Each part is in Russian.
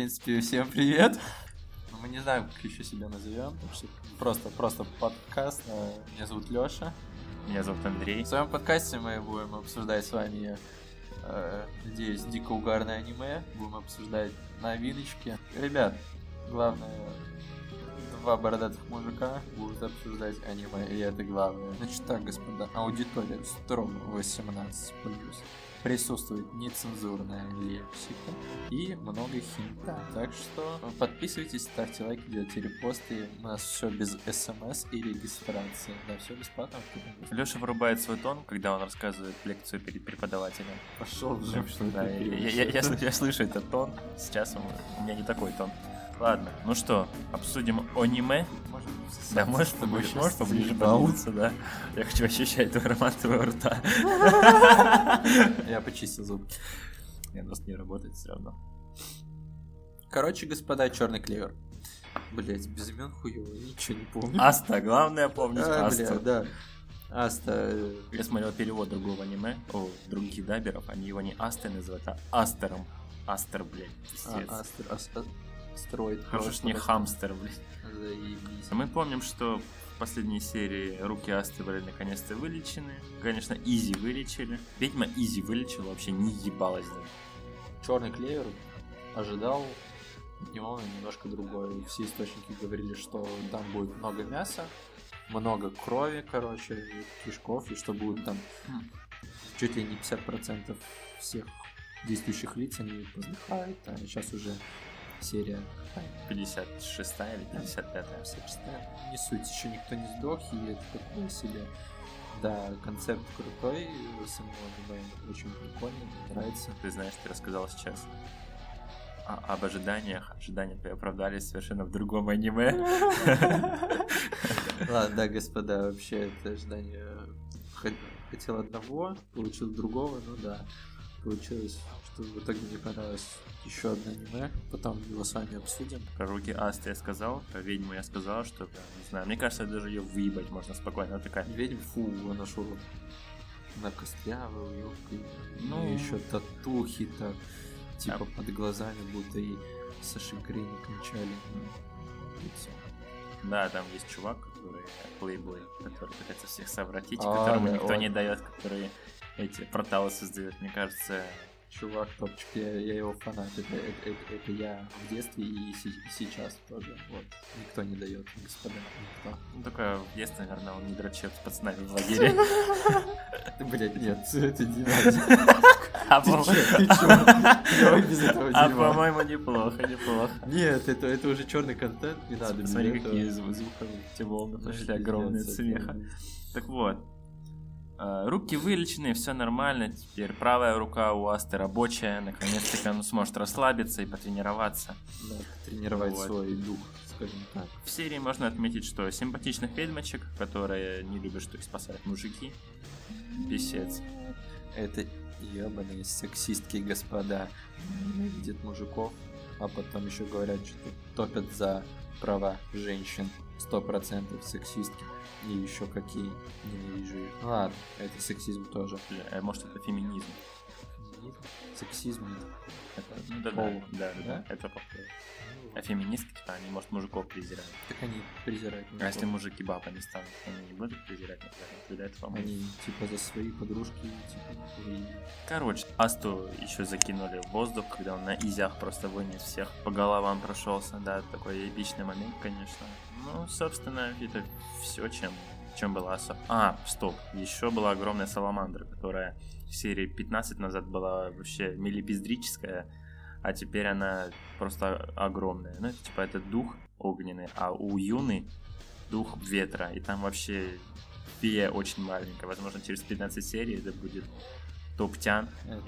принципе, всем привет. Мы не знаем, как еще себя назовем, так что просто подкаст. Меня зовут Лёша. Меня зовут Андрей. В своем подкасте мы будем обсуждать с вами, надеюсь, дико угарное аниме. Будем обсуждать новиночки. Ребят, главное, два бородатых мужика будут обсуждать аниме, и это главное. Значит так, господа, аудитория строго 18+. Присутствует нецензурная лексика и много хинта. Так что подписывайтесь, ставьте лайки, делайте репосты. У нас все без смс и регистрации. Да, все бесплатно. Лёша вырубает свой тон, когда он рассказывает лекцию перед преподавателем. Пошел уже, что да, я слышу этот тон. Сейчас у меня не такой тон. Ладно, ну что, обсудим аниме? Да, можешь поближе подвинуться, да? Я хочу ощущать твой аромат твоего рта. Я почистил зуб. Я нос не работает все равно. Короче, господа, черный клевер. Блять, без имен хуёво, ничего не помню. Аста, главное помнить Асту. Бля, да. Аста. Я смотрел перевод другого аниме, других даберов, они его не Астой называют, а Астером. Астер, блядь, пиздец. Строит. Хорошо, что не хамстер, блядь. Заебись. Мы помним, что в последней серии руки Асты были наконец-то вылечены. Конечно, Изи вылечили. Ведьма Изи вылечила, вообще не ебалась. Черный клевер ожидал от него немножко другое. Все источники говорили, что там будет много мяса, много крови, короче, кишков, и что будет там чуть ли не 50% всех действующих лиц они поздыхают, а сейчас уже серия 56-я или 55-я? 56-я. Не суть, еще никто не сдох, и это такое себе. Да, концепт крутой, самого аниме очень прикольный, мне нравится. Ты знаешь, ты рассказал сейчас об ожиданиях. Ожидания твои оправдались совершенно в другом аниме. Ладно, да, господа, вообще это ожидание хотел одного, получил другого, ну да. Получилось, что в итоге мне понравилось еще одно аниме, потом его с вами обсудим. Про руки Асты я сказал, про ведьму я сказал, что, не знаю, мне кажется, даже ее выебать можно спокойно. Она такая... Ведьма, фу, она шо, на костлявую, ёбкой, ну... еще татухи так, типа под глазами, будто и Саши Грей не кончали на лицо. Да, там есть чувак, который плейбой, который пытается всех совратить, которому никто не дает, который эти порталы создает, мне кажется. Чувак, топчик, я его фанат. Это я в детстве и сейчас тоже. Вот. Никто не дает, господа. Никто. Ну, только в детстве, наверное, он не дрочил с пацанами в лагере. Блять, нет, это динамик. Ты чё? Давай без этого дерьма. По-моему, неплохо. Нет, это уже черный контент, не надо. Смотри, какие звуковые волны пошли огромные от смеха. Так вот. Руки вылечены, все нормально. Теперь правая рука у Асты рабочая. Наконец-таки он сможет расслабиться и потренироваться. Да, тренировать свой дух, скажем так. В серии можно отметить, что симпатичных ведьмочек, которые не любят, что их спасают мужики. Писец. Это ебаные сексистки, господа. Ненавидят мужиков, а потом еще говорят, что топят за права женщин. 100% сексистки. И еще какие, ненавижу их. Ладно, это сексизм тоже. Может, это феминизм? Феминизм? Сексизм? Это да, это похоже. А феминистки, типа, они, может, мужиков презирают. Так они презирают мужиков. А если мужики баб не станут, они не будут презирать, тогда это по-моему. Они, типа, за свои подружки, типа, и... Короче, Асту еще закинули в воздух, когда он на изях просто вынес всех, по головам прошелся, да, такой эпичный момент, конечно. Ну, собственно, это все, чем была Аса. Стоп, еще была огромная саламандра, которая в серии 15 назад была вообще милипиздрическая, а теперь она просто огромная. Ну, это типа это дух огненный, а у Юны дух ветра, и там вообще фея очень маленькая. Возможно, через 15 серий это будет топтян.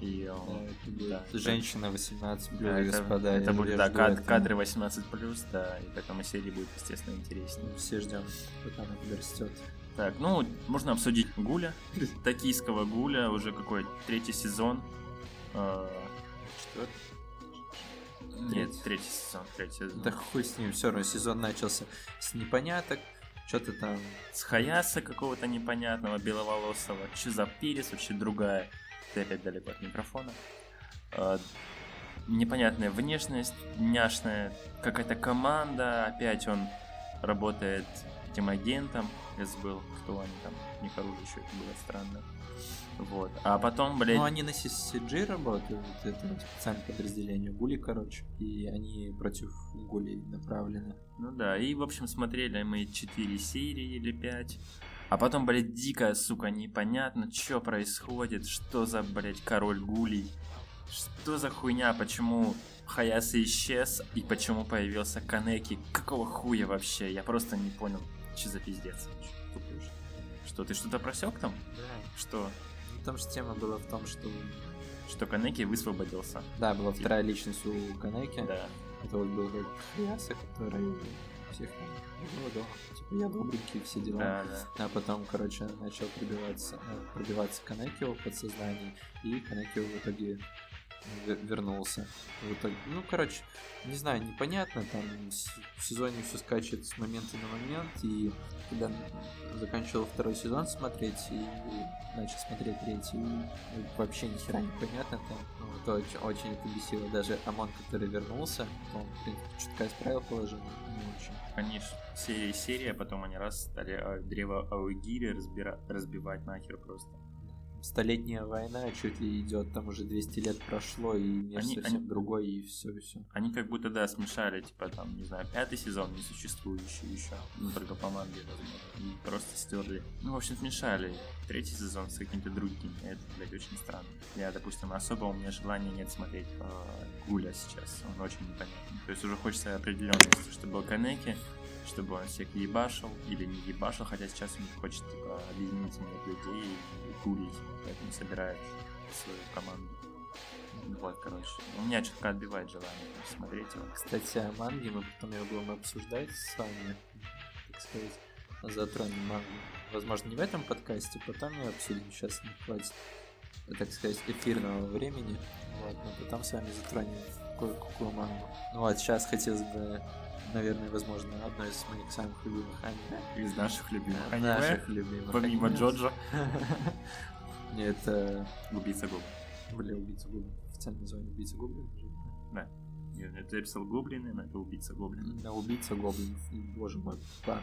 Женщина 18+, да, господа. Это будет, да, кадры 18+, да, и поэтому серии будет, естественно, интереснее. Все ждем, пока она подрастет. Так, ну, можно обсудить Гуля, токийского Гуля, уже какой 3-й сезон. 4-й? Нет, 3-й сезон. Да хуй с ним, все равно сезон начался с непоняток. Что-то там... С Хаяса какого-то непонятного, беловолосого. Что за перец, вообще другая. Ты опять далеко от микрофона. непонятная внешность, няшная какая-то команда, опять он работает этим агентом, я забыл, кто они там, нехорошие еще, это было странно. Вот. А потом, блядь... Ну, они на CCG работают, это специальное подразделение Гули, короче, и они против Гулей направлены. Ну да, и, в общем, смотрели мы 4 серии или 5. А потом, блядь, дико, сука, непонятно, что происходит, что за, блядь, король Гулей, что за хуйня, почему Хаяса исчез и почему появился Канеки, какого хуя вообще, я просто не понял, что за пиздец. Что, ты что-то просек там? Да. Что? Там же тема была в том, что Канеки высвободился. Да, была вторая личность у Канеки. Да. Это вот был Хаяса, который всех там дома. Типа, я добренький, все дела. Да, да. А потом, короче, начал пробиваться Канеки в подсознании, и Канеки в итоге вернулся. В итоге, ну, короче, не знаю, непонятно, там в сезоне все скачет с момента на момент, и когда заканчивал второй сезон смотреть и начал смотреть третий, вообще ни хера не понятно, там, ну, это очень это бесило. Даже Амон, который вернулся, он, в принципе, чутка исправил положение, не очень. Они ж серия, потом они раз стали древо Аугири разбивать нахер просто. Столетняя война чуть ли идет, там уже 200 лет прошло, и мир совсем другой, и все. Они как будто, да, смешали, типа, там, не знаю, 5-й сезон несуществующий еще, ну, только по манге, возможно, и просто стерли. Ну, в общем, смешали 3-й сезон с каким-то другим, и это, блядь, очень странно. Я, допустим, особо у меня желания нет смотреть Гуля сейчас, он очень непонятный. То есть уже хочется определенности, чтобы был Канеки, чтобы он всех ебашил или не ебашил, хотя сейчас он хочет, типа, объединить моих людей и Гулей, поэтому собирает свою команду. Вот, короче. У меня чутка отбивает желание смотреть его. Кстати, о манге мы потом ее будем обсуждать с вами, так сказать, затронем мангу. Возможно, не в этом подкасте, потом ее обсудим, сейчас не хватит, так сказать, эфирного времени. Вот, но потом с вами затронем кое-какую мангу. Ну вот, сейчас хотелось бы, наверное, возможно, одно из моих самых любимых аниме. Из наших любимых аниме? Наших любимых помимо аниме. Джоджо. Нет, это... Убийца Гоблин. Бля, Убийца Гоблин. Официальное название Убийца Гоблин. Да. Я написал Гоблины, но это Убийца Гоблин. Да, Убийца Гоблин. Боже мой,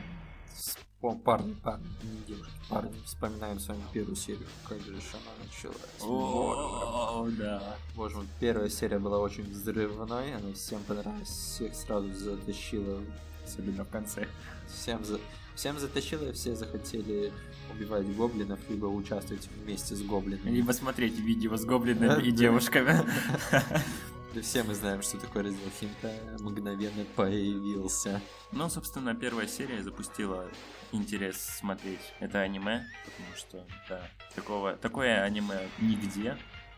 парни, не девушки, парни. Вспоминаем с вами первую серию. Как же она началась. О, да. Боже мой, первая серия была очень взрывной, она всем понравилась, всех сразу затащила. Особенно в конце. Всем затащило, и все захотели убивать гоблинов, либо участвовать вместе с гоблинами. Либо смотреть видео с гоблинами и девушками. Да все мы знаем, что такое раздел хинта мгновенно появился. Ну, собственно, первая серия запустила интерес смотреть это аниме, потому что, да, такое аниме нигде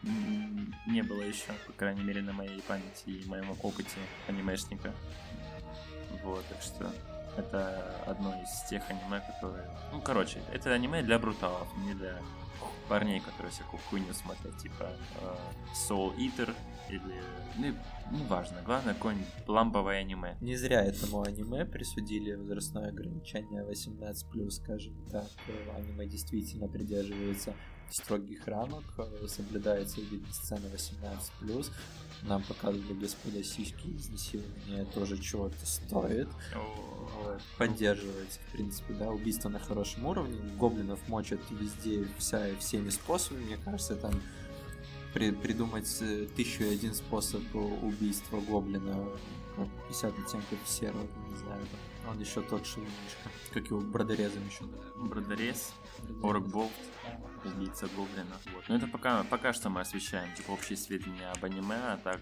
не было еще, по крайней мере, на моей памяти и моем опыте анимешника. Вот, так что это одно из тех аниме, которые... Ну, короче, это аниме для бруталов, не для парней, которые всякую хуйню смотрят, типа Soul Eater или... Ну, неважно, главное, какое-нибудь ламповое аниме. Не зря этому аниме присудили возрастное ограничение 18+, скажем так. Аниме действительно придерживается строгих рамок, соблюдается сцена 18+. Нам показывали, господа, сиськи, изнасилование тоже чего-то стоит. Поддерживается, в принципе, да, убийство на хорошем уровне. Гоблинов мочат везде, всеми способами. Мне кажется, там придумать 1001 способ убийства гоблина, как 50 оттенков серого, не знаю. Он еще тот шелунишка, как его бродорезом еще. Бродорез, Оркболт, убийца гоблина. Вот. Но это пока что мы освещаем типа общие сведения об аниме, а так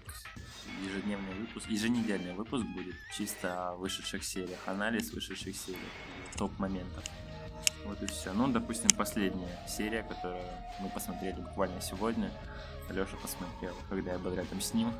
еженедельный выпуск будет чисто о вышедших сериях, анализ вышедших серий, топ-моментов. Вот и все. Ну, допустим, последняя серия, которую мы посмотрели буквально сегодня. Леша посмотрел, когда я был рядом с ним.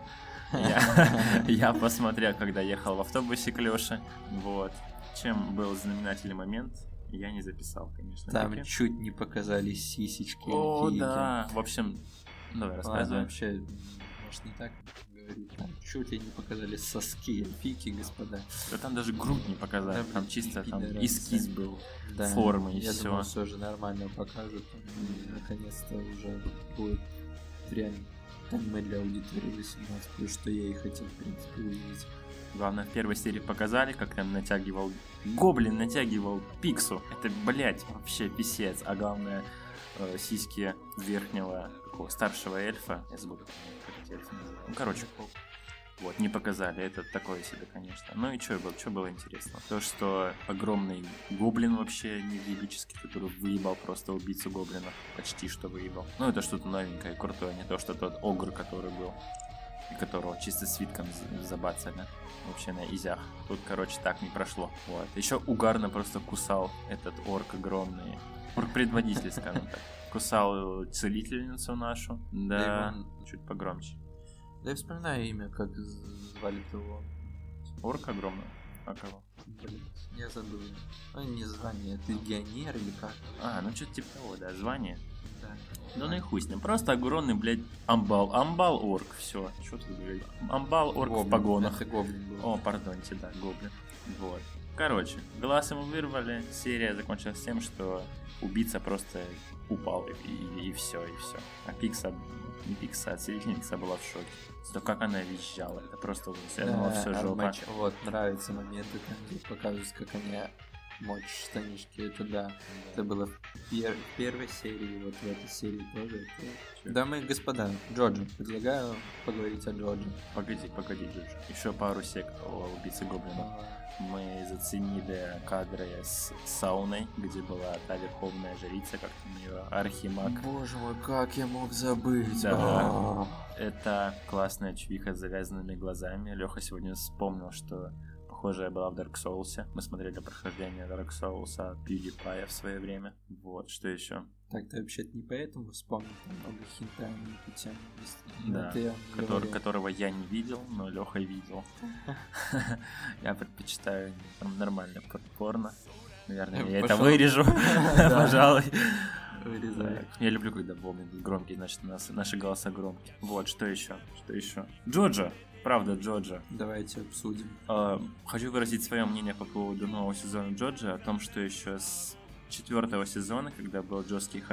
Я посмотрел, когда ехал в автобусе к Леше. Вот. Чем был знаменательный момент, я не записал, конечно. Там чуть не показали сисечки. О, да. В общем, давай рассказывай. Вообще, может, не так говорить. Там чуть ли не показали соски, эльфийки, господа. Да там даже грудь не показали. Там чисто там эскиз был. Да, формы и я все. думал, все же нормально покажут. Наконец-то уже будет реально аниме для аудитории 18+, что я и хотел, в принципе, увидеть. Главное, в первой серии показали, как там Гоблин натягивал Пиксу. Это, блядь, вообще писец. А главное, сиськи верхнего такого старшего эльфа. Я забыл, как эти эльфы называют. Ну, короче, вот, не показали. Это такое себе, конечно. Ну и что было интересно? То, что огромный гоблин вообще невъебический, который выебал просто убийцу гоблина. Почти что выебал. Ну, это что-то новенькое и крутое. Не то, что тот огр, который был. И которого чисто свитком забацали. Вообще на изях. Тут, короче, так не прошло. Вот. Еще угарно просто кусал этот орк огромный. Орк-предводитель, скажем так. Кусал целительницу нашу. Да, чуть погромче. Да я вспоминаю имя, как звали его. Орк огромный? А кого? Блин, я забыл. Ну, не звание, ты легионер или как? Ну что-то типа того, да, звание. Да. Ну и хуй с ним. Просто огромный, блядь, амбал. Амбал-орк, все. Что тут, блядь? Амбал-орк в погонах. Это гоблин был. О, пардоньте, да, гоблин. Вот. Короче, глаз ему вырвали. Серия закончилась тем, что убийца просто упал и все. А Пикса, не Пикса, а целительница была в шоке. То, как она визжала, это просто ужас. Я думал, все жопа. Вот, нравятся моменты, там, где показывают, как они мочь штанишки, это да. Это было в первой серии, вот в этой серии тоже. Дамы и господа, Джоджо, предлагаю поговорить о Джоджо. Погоди, Джоджо. Еще пару сек о убийце гоблина. Мы заценили кадры с сауной, где была та верховная жрица, как там ее, Архимаг. Боже мой, как я мог забыть. Да, это классная чувиха с завязанными глазами. Леха сегодня вспомнил, что похожая была в Dark Souls. Мы смотрели прохождение Dark Souls от PewDiePie в свое время. Вот, что еще? Так, ты вообще-то не поэтому вспомнил, там много хинта на эту тему. Да, которого я не видел, но Леха видел. Я предпочитаю нормальное порно. Наверное, я это вырежу, пожалуй. Вырезай. Я люблю, когда волны громкие, значит, наши голоса громкие. Вот, что еще? Джоджо! Правда, Джоджо. Давайте обсудим. Хочу выразить свое мнение по поводу нового сезона Джоджо, о том, что еще с 4-го сезона, когда был Джоски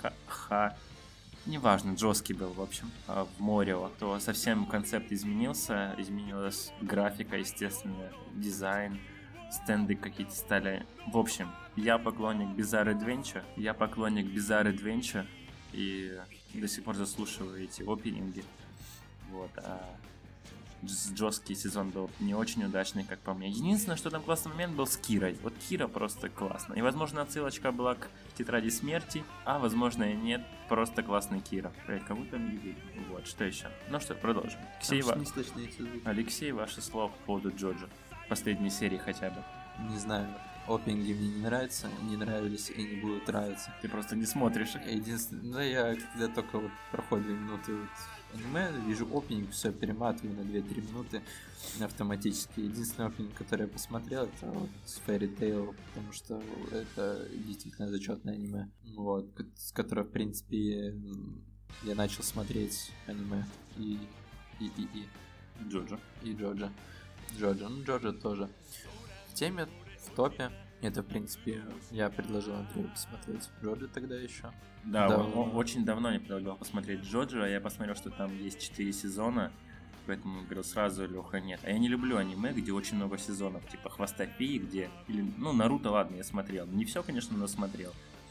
неважно, Джоски был, в общем, в Морио, то совсем концепт изменился, изменилась графика, естественно, дизайн, стенды какие-то стали. В общем, я поклонник Bizarre Adventure, и до сих пор заслушиваю эти опенинги. Вот, Джоский сезон был не очень удачный, как по мне. Единственное, что там классный момент был с Кирой. Вот Кира просто классно. И, возможно, отсылочка была к Тетради Смерти, а, возможно, и нет. Просто классный Кира. Блять, кого там видит? Вот, что еще? Ну что, продолжим. Алексей, ваши слова по поводу Джоджо. Последней серии хотя бы. Не знаю. Опенинги мне не нравятся, не нравились и не будут нравиться. Ты просто не смотришь их. Единственное, да, я когда только вот проходит 2 минуты вот аниме, вижу опенинг, все перематываю на 2-3 минуты автоматически. Единственный опенинг, который я посмотрел, это вот Fairy Tail, потому что это действительно зачетное аниме, вот, с которого, в принципе, я начал смотреть аниме и Джоджо. Ну, Джоджо тоже в теме, в топе. Это, в принципе, я предложил Андрею посмотреть Джоджо тогда еще. Да, он очень давно не предлагал посмотреть Джоджо, а я посмотрел, что там есть 4 сезона, поэтому говорил сразу, Леха, нет. А я не люблю аниме, где очень много сезонов, типа Хвоста Феи, где... Ну, Наруто, ладно, я смотрел. Не все, конечно, но смотрел.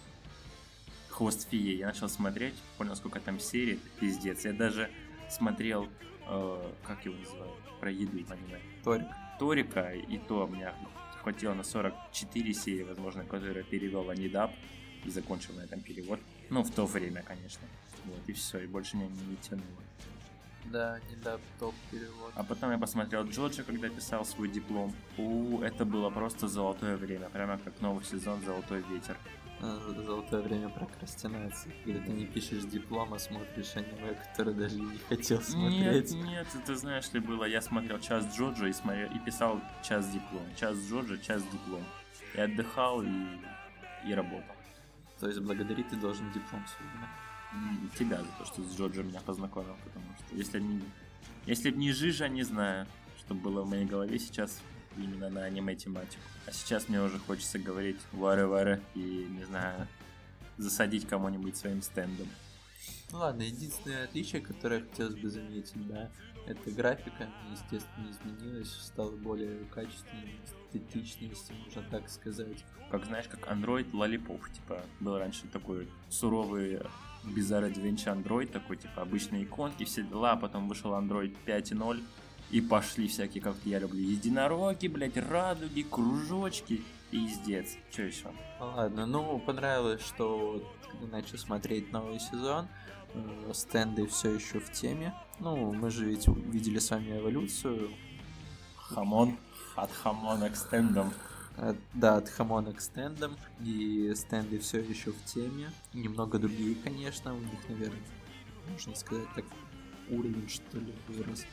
Хвост Феи я начал смотреть, понял, сколько там серий, это пиздец. Я даже смотрел, как его называют, про еду аниме. Торика, и то меня хватило на 44 серии, возможно, которые я перевел в Анидаб и закончил на этом перевод. Ну, в то время, конечно. Вот, и все, и больше не тянуло. Да, Анидаб топ перевод. А потом я посмотрел Джоджо, когда писал свой диплом. Это было просто золотое время, прямо как новый сезон «Золотой ветер». Золотое время прокрастинации, когда ты не пишешь диплом, а смотришь аниме, которое даже не хотел смотреть. Нет, ты знаешь ли, было, я смотрел час Джоджо и писал час диплом. Час Джоджо, час диплом. И отдыхал, и работал. То есть благодарить ты должен диплом свой, да? Тебя за то, что с Джоджо меня познакомил, потому что если б не Жижа, не знаю, что было в моей голове сейчас именно на аниме-тематику. А сейчас мне уже хочется говорить вары-вары и, не знаю, засадить кому-нибудь своим стендом. Ну ладно, единственное отличие, которое хотелось бы заметить, да, это графика, естественно, изменилась, стала более качественной, эстетичной, если можно так сказать. Как знаешь, как Android Lollipop, типа, был раньше такой суровый Bizarre Adventure Android, такой, типа, обычные иконки, все дела, а потом вышел Android 5.0, и пошли всякие, как я люблю, единороги, блять, радуги, кружочки, пиздец. Че еще? Ладно, ну, понравилось, что когда начал смотреть новый сезон, стенды все еще в теме. Ну, мы же ведь видели с вами эволюцию. Хамон, от хамона к стендам. Да, от хамона к стендам. И стенды все еще в теме. Немного другие, конечно. У них, наверное, можно сказать так, уровень, что ли, вырос.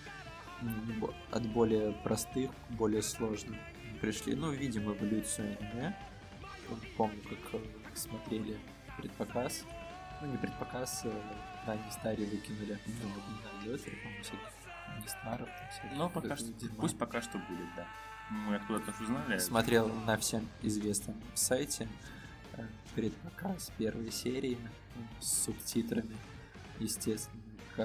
От более простых к более сложным пришли. Ну, видим эволюцию аниме. Помню, как смотрели предпоказ. Ну, не предпоказ, ранний старый выкинули. Ну, не знаю, делать рекламу всяких не старых. Ну, пока что, пусть пока что будет, да. Мы откуда-то узнали. Смотрел на всем известном сайте предпоказ первой серии с субтитрами, естественно,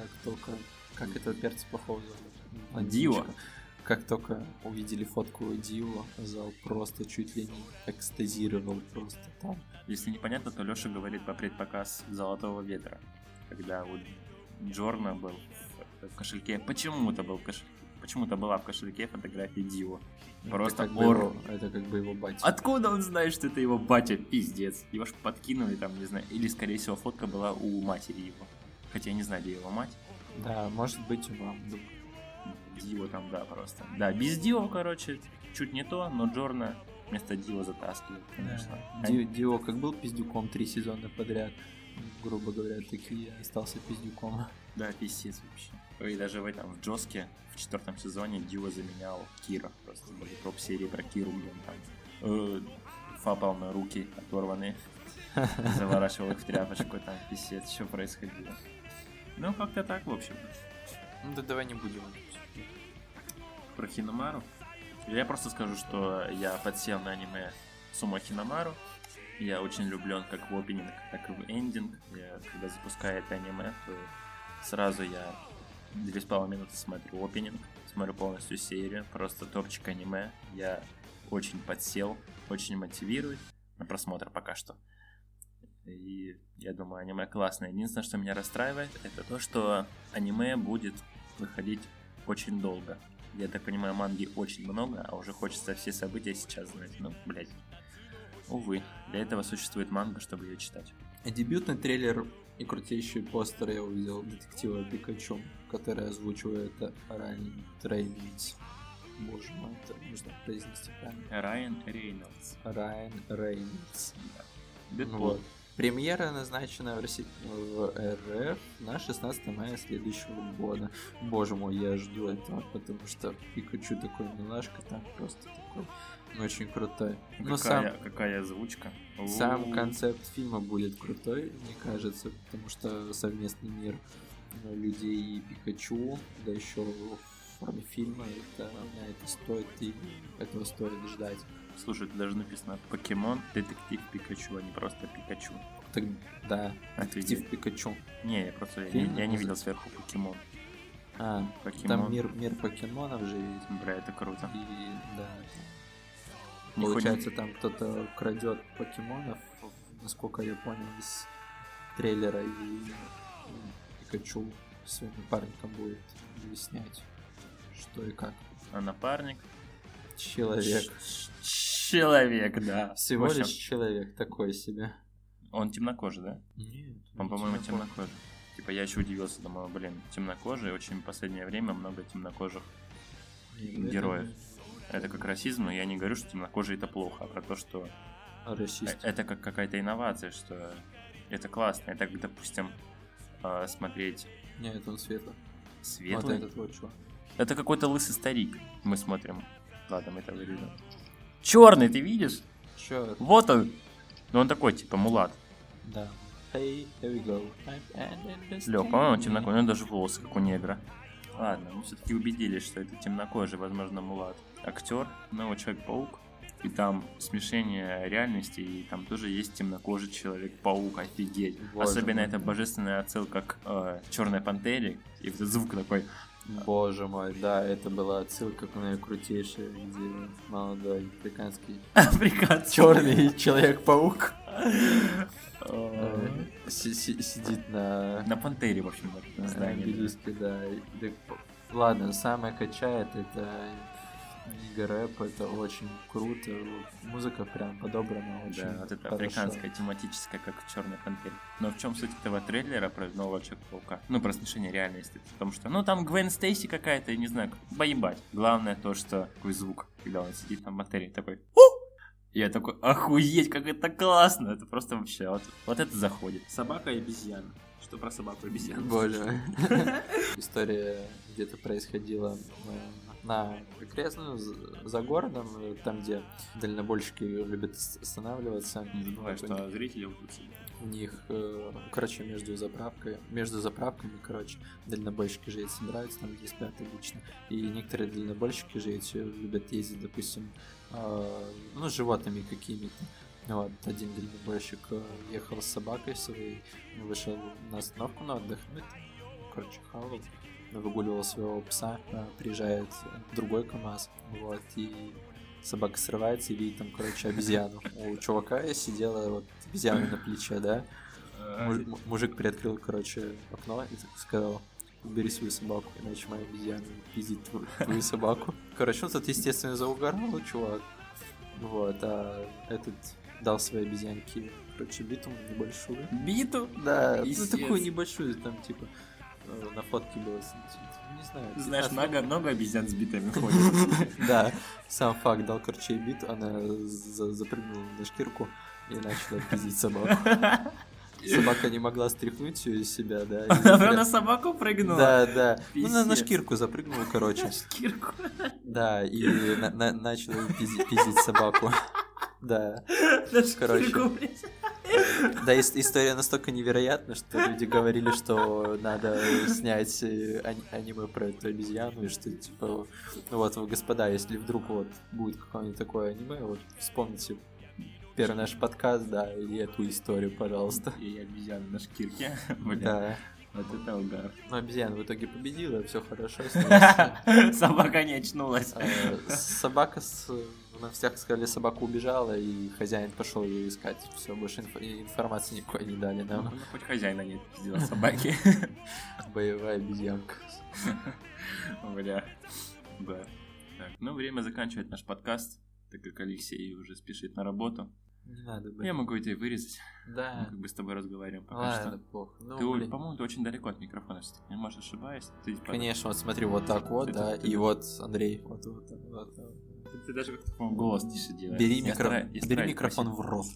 как этого перца плохого зовут? Дио. Как только увидели фотку Дио, зал просто чуть ли не экстазировал просто там. Если непонятно, то Лёша говорит по предпоказ «Золотого ветра», когда у Джорна был в кошельке, почему-то была в кошельке фотография Дио. Просто это как бы его батя. Откуда он знает, что это его батя? Пиздец. Его ж подкинули там, не знаю. Или, скорее всего, фотка была у матери его. Хотя я не знаю, где его мать. Да, может быть, у мамы. Дио там, да, просто. Да, без Дио, короче, чуть не то, но Джорна вместо Дио затаскивает, конечно. Да. Дио как был пиздюком 3 сезона подряд, грубо говоря, такие остался пиздюком. Да, пиздец вообще. И даже в Джоске в 4 сезоне Дио заменял Кира. Просто были топ-серии про Киру, где он там фапал на руки оторванные, заворачивал их в тряпочку, там пиздец, что происходило. Ну, как-то так, в общем. Ну да давай не будем. Про Хиномару. Я просто скажу, что я подсел на аниме Сумо Хиномару. Я очень влюблен как в опенинг, так и в эндинг. Я, когда запускаю это аниме, то сразу я 2,5 минуты смотрю опенинг, смотрю полностью серию, просто топчик аниме. Я очень подсел, очень мотивирует на просмотр пока что. И я думаю, аниме классное. Единственное, что меня расстраивает, это то, что аниме будет выходить очень долго. Я так понимаю, манги очень много, а уже хочется все события сейчас знать. Ну, блядь. Увы, для этого существует манга, чтобы ее читать. Дебютный трейлер и крутейший постер я увидел детектива Пикачу, который озвучивает Райан Рейнольдс. Боже мой, это нужно произнести правильно. Райан Рейнольдс. Да. Вот. Премьера назначена в РФ на 16 мая следующего года. Боже мой, я жду этого, потому что Пикачу такой милашка, там просто такой очень крутой. Но какая озвучка? Сам концепт фильма будет крутой, мне кажется, потому что совместный мир людей и Пикачу, да еще в форме фильма, этого стоит ждать. Слушай, это даже написано Покемон Детектив Пикачу, а не просто Пикачу. Так, да, Детектив Пикачу. Не, я не видел сверху Покемон. Покемон. Там мир покемонов же ведь. Бля, это круто. И да. Получается, там кто-то крадет покемонов, насколько я понял, из трейлера, и Пикачу своим напарником будет объяснять, что и как. А напарник? Человек. Человек, да. Всего лишь человек такой себе. Он темнокожий, да? Нет. Он, по-моему, темнокожий. Типа я еще удивился, думаю, темнокожий. Очень в последнее время много темнокожих героев. Это как расизм, но я не говорю, что темнокожий это плохо, а про то, что это как какая-то инновация, что это классно. Это как, допустим, смотреть... Нет, он светлый. Светлый? Вот этот вот чувак. Это какой-то лысый старик. Мы смотрим. Ладно, мы это вырежем. Черный, ты видишь? Черт. Вот он. Но он такой, типа, мулат. Да. Hey, here we go. Лёг, он темнокожий, он даже волосы, как у негра. Ладно, мы все-таки убедились, что это темнокожий, возможно, мулат. Актер, новый Человек-паук. и там смешение реальности, и там тоже есть темнокожий Человек-паук, офигеть. Боже Особенно мой. это божественная отсылка к Черной Пантере, и этот звук такой... Боже мой, да, это была отсылка к наикрутейшей, где молодой африканский черный Человек-паук сидит На Пантере, в общем, на на здании. обелиске, да. Ладно, самое качает это не рэп, это очень круто, музыка прям подобрана очень Да, вот это хорошо. африканская, тематическая, как в Черной Пантере. Но в чем суть этого трейлера про нового Человека-паука? Ну, про смешение реальности. В том, что, ну, там Гвен Стейси какая-то, я не знаю, поебать. Главное то, что такой звук, когда он сидит на Пантере, такой «У!». Я такой, охуеть, как это классно! Это просто вообще, вот это заходит. Собака и обезьяна. Что про собаку и обезьяну? Боже. История где-то происходила на окрестную, за городом, там, где дальнобойщики любят останавливаться. Не забывай, что зрители вот тут У них, короче, между заправками, короче, дальнобойщики же собираются, там, где спят обычно. И некоторые дальнобойщики же эти любят ездить, допустим, ну, с животными какими-то. Вот, один дальнобойщик ехал с собакой своей, вышел на остановку на отдохнуть, короче, хавал, выгуливал своего пса, приезжает другой КамАЗ, вот, и собака срывается и видит там, короче, обезьяну. У чувака сидела вот обезьяна на плече, да, мужик приоткрыл, короче, окно и так сказал: убери свою собаку, иначе моя обезьяна пиздит твою собаку. Короче, он тут, естественно, заугорал, чувак. Вот, а этот дал своей обезьянке, короче, биту небольшую. Биту? Да, ну Пиздец. такую небольшую, там, типа, на фотке было, не знаю. Знаешь, 15. много обезьян с битами ходит. Да, сам факт, дал, короче, ей биту, она запрыгнула на шкирку и начала пиздить собаку. Собака не могла стряхнуть ее из себя, да. Она прям на собаку прыгнула? Да. Ну, на Пиздец. шкирку запрыгнула, короче. Шкирку. Да, и начала пиздить собаку. Да. Короче. Шкирку, блядь. Да, история настолько невероятна, что люди говорили, что надо снять аниме про эту обезьяну, и что, типа, ну вот, господа, если вдруг вот будет какое-нибудь такое аниме, вот вспомните первый наш подкаст, да, и эту историю, пожалуйста. И обезьяна на шкирке. Бля, Да. вот это угар. Но обезьяна в итоге победила, все хорошо. Собака не очнулась. Собака на всех сказали, собака убежала, и хозяин пошел ее искать. Все, больше информации никакой не дали нам. Ну, хоть хозяина нет, пиздила собаки. Боевая обезьянка. Бля. Да. Так, ну, время заканчивать наш подкаст, так как Алексей уже спешит на работу. Не надо, Я могу это и вырезать. Мы Да. как бы с тобой разговариваем пока Ладно, что. похуй. Ну, Ты, блин. по-моему, ты очень далеко от микрофона. Я, может, ошибаюсь. Ты, Конечно, вот смотри, вот так вот, Это- да, это- и вот Андрей, вот. ты даже как-то, по-моему, голос тише делаешь. Бери Я стараюсь микрофон в рот.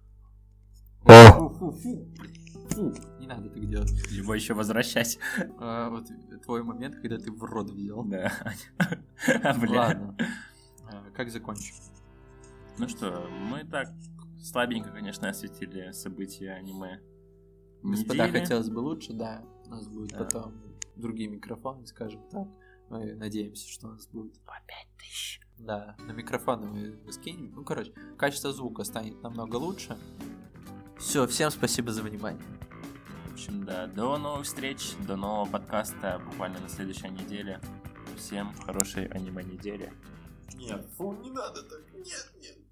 Фу, не надо так делать. Его еще возвращать. Вот твой момент, когда ты в рот взял. Да. Бля. Ладно. Как закончим? Ну что, мы так слабенько, конечно, осветили события аниме. Господа, недели. хотелось бы лучше, да. У нас будет Да. потом другие микрофоны, скажем так. Мы надеемся, что у нас будет По 5000. Да, на микрофоны мы скинем. Ну, короче, качество звука станет намного лучше. Все, всем спасибо за внимание. В общем, да, до новых встреч, до нового подкаста буквально на следующей неделе. Всем хорошей аниме недели. Нет, фу, не надо так, нет.